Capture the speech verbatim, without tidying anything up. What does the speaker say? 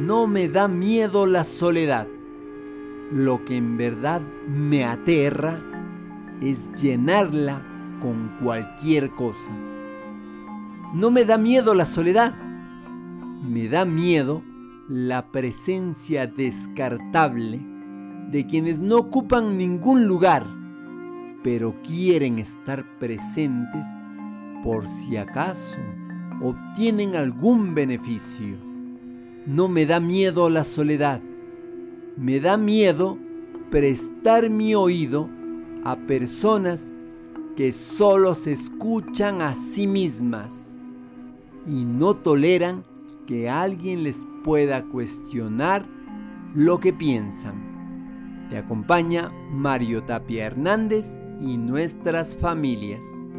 No me da miedo la soledad. Lo que en verdad me aterra es llenarla con cualquier cosa. No me da miedo la soledad. Me da miedo la presencia descartable de quienes no ocupan ningún lugar, pero quieren estar presentes por si acaso obtienen algún beneficio. No me da miedo la soledad. Me da miedo prestar mi oído a personas que solo se escuchan a sí mismas y no toleran que alguien les pueda cuestionar lo que piensan. Te acompaña Mario Tapia Hernández y nuestras familias.